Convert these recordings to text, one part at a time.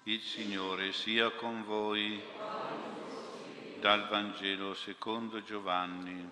Il Signore sia con voi. Dal Vangelo secondo Giovanni.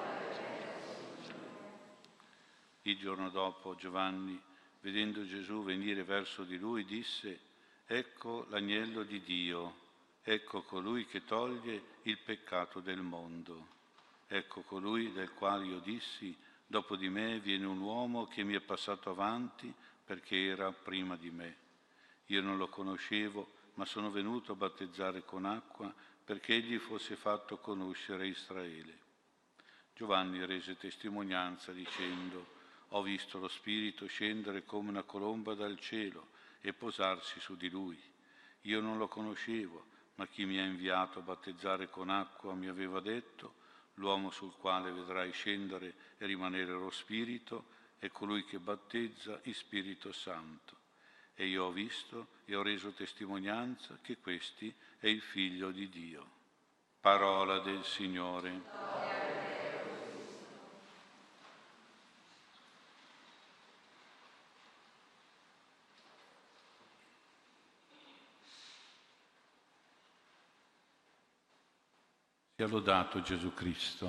Il giorno dopo Giovanni, vedendo Gesù venire verso di lui, disse: «Ecco l'agnello di Dio, ecco colui che toglie il peccato del mondo. Ecco colui del quale io dissi: dopo di me viene un uomo che mi è passato avanti perché era prima di me. Io non lo conoscevo, ma sono venuto a battezzare con acqua perché egli fosse fatto conoscere a Israele». Giovanni rese testimonianza dicendo: «Ho visto lo Spirito scendere come una colomba dal cielo e posarsi su di lui. Io non lo conoscevo, ma chi mi ha inviato a battezzare con acqua mi aveva detto: l'uomo sul quale vedrai scendere e rimanere lo Spirito è colui che battezza in Spirito Santo. E io ho visto e ho reso testimonianza che questi è il Figlio di Dio». Parola del Signore. Sia lodato Gesù Cristo.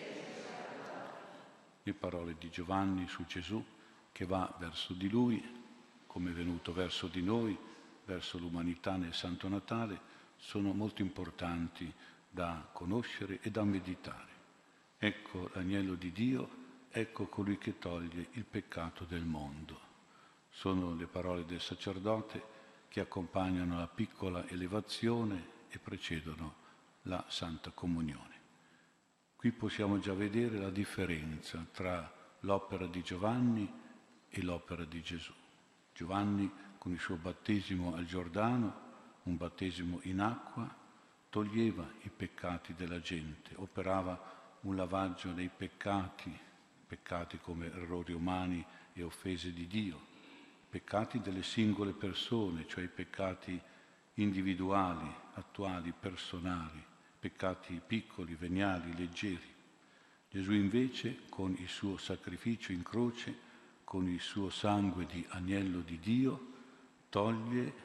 Le parole di Giovanni su Gesù che va verso di lui, come è venuto verso di noi, verso l'umanità nel Santo Natale, sono molto importanti da conoscere e da meditare. Ecco l'agnello di Dio, ecco colui che toglie il peccato del mondo. Sono le parole del sacerdote che accompagnano la piccola elevazione e precedono la Santa Comunione. Qui possiamo già vedere la differenza tra l'opera di Giovanni e l'opera di Gesù. Giovanni, con il suo battesimo al Giordano, un battesimo in acqua, toglieva i peccati della gente, operava un lavaggio dei peccati come errori umani e offese di Dio, peccati delle singole persone, cioè i peccati individuali, attuali, personali, peccati piccoli, veniali, leggeri. Gesù invece, con il suo sacrificio in croce, con il suo sangue di agnello di Dio, toglie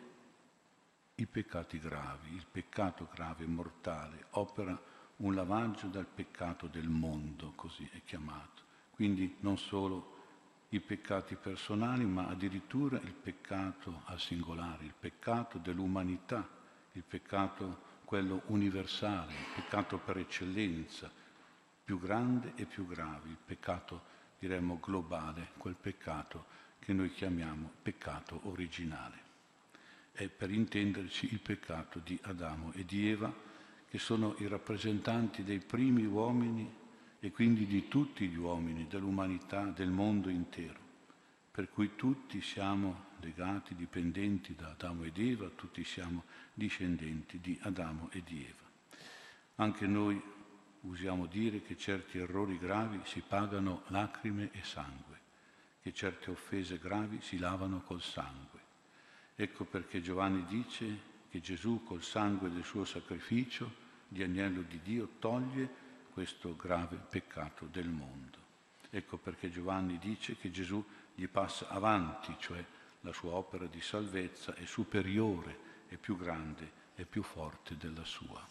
i peccati gravi, il peccato grave, mortale, opera un lavaggio dal peccato del mondo, così è chiamato. Quindi non solo i peccati personali, ma addirittura il peccato al singolare, il peccato dell'umanità, il peccato quello universale, il peccato per eccellenza, più grande e più grave, il peccato, diremmo, globale, quel peccato che noi chiamiamo peccato originale. È, per intenderci, il peccato di Adamo e di Eva, che sono i rappresentanti dei primi uomini e quindi di tutti gli uomini, dell'umanità, del mondo intero, per cui tutti siamo legati, dipendenti da Adamo ed Eva, tutti siamo discendenti di Adamo e di Eva. Anche noi usiamo dire che certi errori gravi si pagano lacrime e sangue, che certe offese gravi si lavano col sangue. Ecco perché Giovanni dice che Gesù col sangue del suo sacrificio di agnello di Dio toglie questo grave peccato del mondo. Ecco perché Giovanni dice che Gesù gli passa avanti, cioè la sua opera di salvezza è superiore, è più grande, è più forte della sua.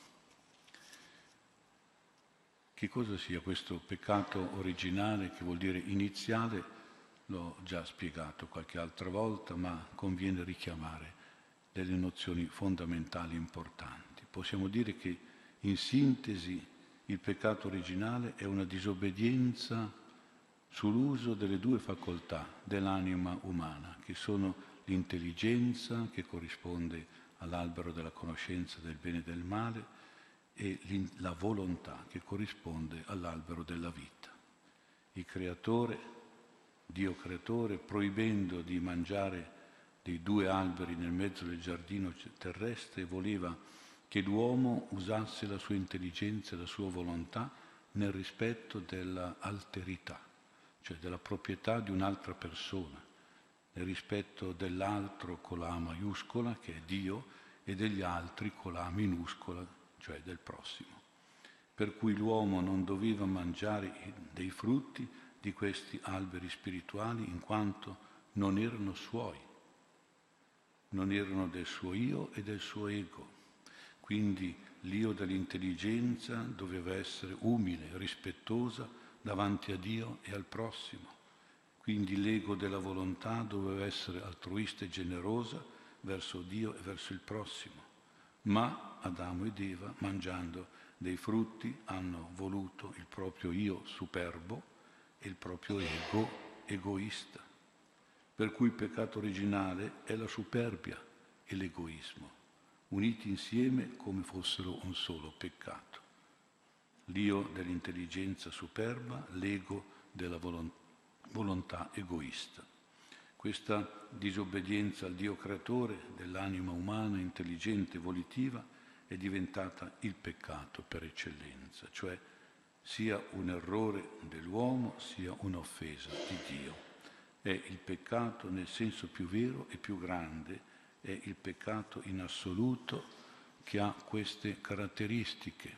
Che cosa sia questo peccato originale, che vuol dire iniziale, l'ho già spiegato qualche altra volta, ma conviene richiamare delle nozioni fondamentali importanti. Possiamo dire che, in sintesi, il peccato originale è una disobbedienza sull'uso delle due facoltà dell'anima umana, che sono l'intelligenza, che corrisponde all'albero della conoscenza del bene e del male, e la volontà, che corrisponde all'albero della vita. Il creatore, Dio creatore, proibendo di mangiare dei due alberi nel mezzo del giardino terrestre, voleva che l'uomo usasse la sua intelligenza e la sua volontà nel rispetto dell'alterità, cioè della proprietà di un'altra persona, nel rispetto dell'altro con la A maiuscola, che è Dio, e degli altri con la A minuscola, cioè del prossimo. Per cui l'uomo non doveva mangiare dei frutti di questi alberi spirituali in quanto non erano suoi. non erano del suo io e del suo ego. Quindi l'io dell'intelligenza doveva essere umile, rispettosa davanti a Dio e al prossimo. Quindi l'ego della volontà doveva essere altruista e generosa verso Dio e verso il prossimo. Ma Adamo ed Eva, mangiando dei frutti, hanno voluto il proprio io superbo e il proprio ego egoista. Per cui il peccato originale è la superbia e l'egoismo, uniti insieme come fossero un solo peccato. L'io dell'intelligenza superba, l'ego della volontà egoista. Questa disobbedienza al Dio creatore dell'anima umana, intelligente e volitiva, è diventata il peccato per eccellenza, cioè sia un errore dell'uomo sia un'offesa di Dio. È il peccato nel senso più vero e più grande, è il peccato in assoluto che ha queste caratteristiche.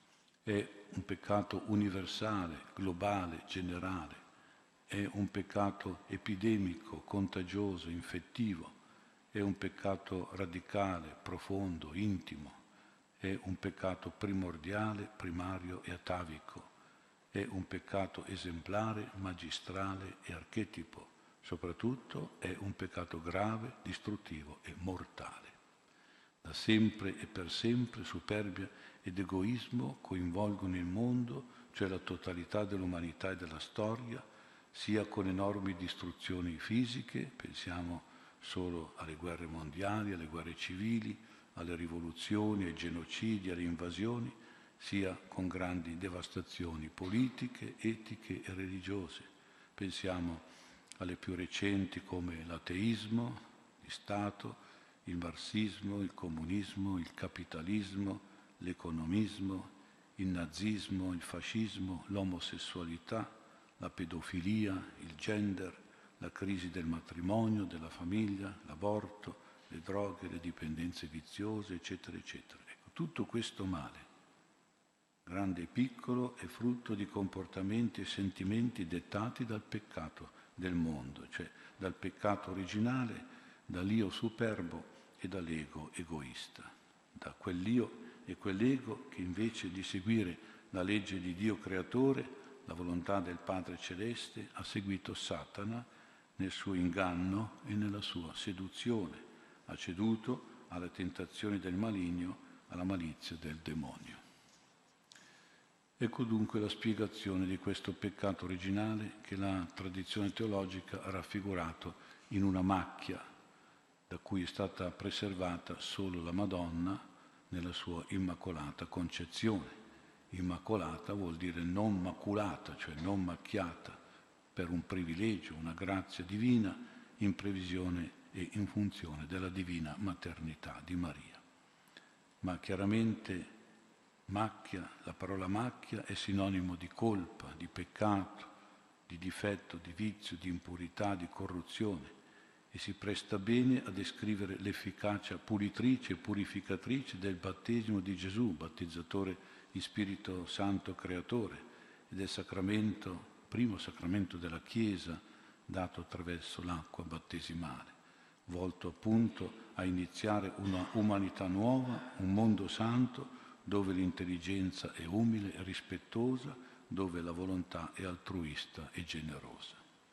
È un peccato universale, globale, generale. È un peccato epidemico, contagioso, infettivo. È un peccato radicale, profondo, intimo. È un peccato primordiale, primario e atavico. È un peccato esemplare, magistrale e archetipo. Soprattutto è un peccato grave, distruttivo e mortale. Da sempre e per sempre superbia ed egoismo coinvolgono il mondo, cioè la totalità dell'umanità e della storia, sia con enormi distruzioni fisiche, pensiamo solo alle guerre mondiali, alle guerre civili, alle rivoluzioni, ai genocidi, alle invasioni, sia con grandi devastazioni politiche, etiche e religiose. Pensiamo alle più recenti come l'ateismo di Stato, il marxismo, il comunismo, il capitalismo, l'economismo, il nazismo, il fascismo, l'omosessualità, la pedofilia, il gender, la crisi del matrimonio, della famiglia, l'aborto, le droghe, le dipendenze viziose, eccetera, eccetera. Ecco, tutto questo male, grande e piccolo, è frutto di comportamenti e sentimenti dettati dal peccato del mondo, cioè dal peccato originale, dall'io superbo e dall'ego egoista, da quell'io e quell'ego che invece di seguire la legge di Dio creatore, la volontà del Padre Celeste, ha seguito Satana nel suo inganno e nella sua seduzione, ha ceduto alle tentazioni del maligno, alla malizia del demonio. Ecco dunque la spiegazione di questo peccato originale che la tradizione teologica ha raffigurato in una macchia da cui è stata preservata solo la Madonna nella sua immacolata concezione. Immacolata vuol dire non maculata, cioè non macchiata, per un privilegio, una grazia divina in previsione e in funzione della divina maternità di Maria. Ma chiaramente macchia, la parola macchia è sinonimo di colpa, di peccato, di difetto, di vizio, di impurità, di corruzione e si presta bene a descrivere l'efficacia pulitrice e purificatrice del battesimo di Gesù, battezzatore in Spirito Santo Creatore, e del sacramento, primo sacramento della Chiesa, dato attraverso l'acqua battesimale, volto appunto a iniziare una umanità nuova, un mondo santo, dove l'intelligenza è umile e rispettosa, dove la volontà è altruista e generosa.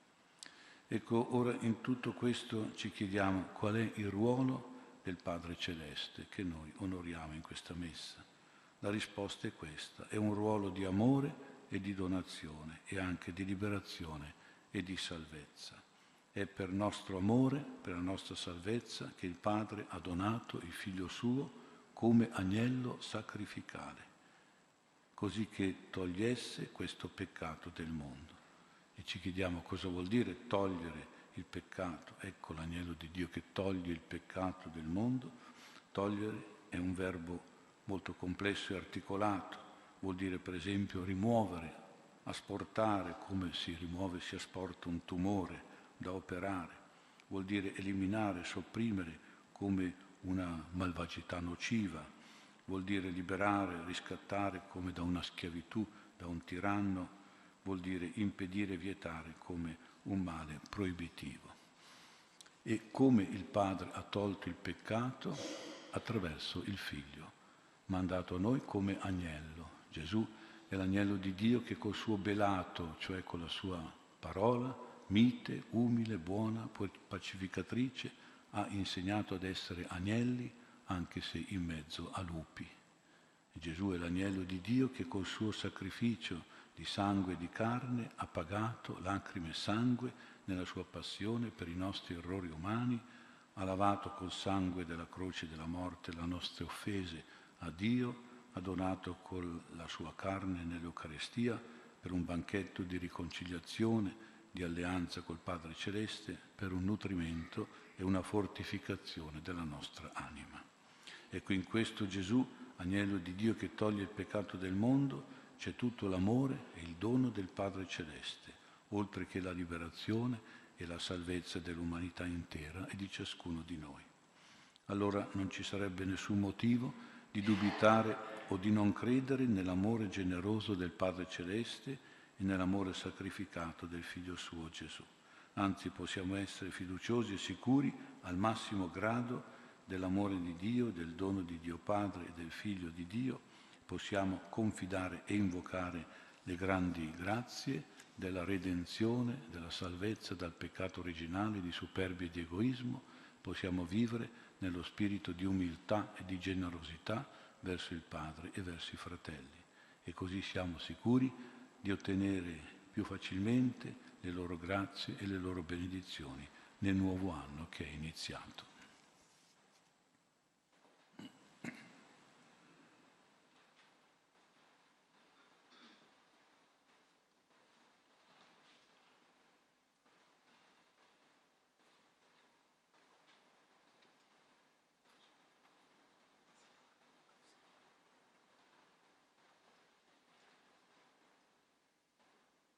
Ecco, ora in tutto questo ci chiediamo qual è il ruolo del Padre Celeste che noi onoriamo in questa messa. La risposta è questa, è un ruolo di amore e di donazione e anche di liberazione e di salvezza. È per nostro amore, per la nostra salvezza, che il Padre ha donato il Figlio Suo come agnello sacrificale, così che togliesse questo peccato del mondo. E ci chiediamo cosa vuol dire togliere il peccato. Ecco l'agnello di Dio che toglie il peccato del mondo. Togliere è un verbo molto complesso e articolato. Vuol dire per esempio rimuovere, asportare, come si rimuove, si asporta un tumore da operare. Vuol dire eliminare, sopprimere come una malvagità nociva. Vuol dire liberare, riscattare come da una schiavitù, da un tiranno. Vuol dire impedire e vietare come un male proibitivo. e come il Padre ha tolto il peccato attraverso il Figlio, mandato a noi come agnello. Gesù è l'agnello di Dio che col suo belato, cioè con la sua parola, mite, umile, buona, pacificatrice, ha insegnato ad essere agnelli anche se in mezzo a lupi. E Gesù è l'agnello di Dio che col suo sacrificio di sangue e di carne ha pagato lacrime e sangue nella sua passione per i nostri errori umani, ha lavato col sangue della croce e della morte le nostre offese a Dio, ha donato con la sua carne nell'Eucaristia per un banchetto di riconciliazione, di alleanza col Padre Celeste, per un nutrimento e una fortificazione della nostra anima. Ecco, in questo Gesù, agnello di Dio che toglie il peccato del mondo, c'è tutto l'amore e il dono del Padre Celeste, oltre che la liberazione e la salvezza dell'umanità intera e di ciascuno di noi. Allora non ci sarebbe nessun motivo di dubitare o di non credere nell'amore generoso del Padre Celeste e nell'amore sacrificato del Figlio suo Gesù. Anzi, possiamo essere fiduciosi e sicuri al massimo grado dell'amore di Dio, del dono di Dio Padre e del Figlio di Dio. Possiamo confidare e invocare le grandi grazie della redenzione, della salvezza dal peccato originale di superbia e di egoismo. Possiamo vivere nello spirito di umiltà e di generosità verso il Padre e verso i fratelli. E così siamo sicuri di ottenere più facilmente le loro grazie e le loro benedizioni nel nuovo anno che è iniziato.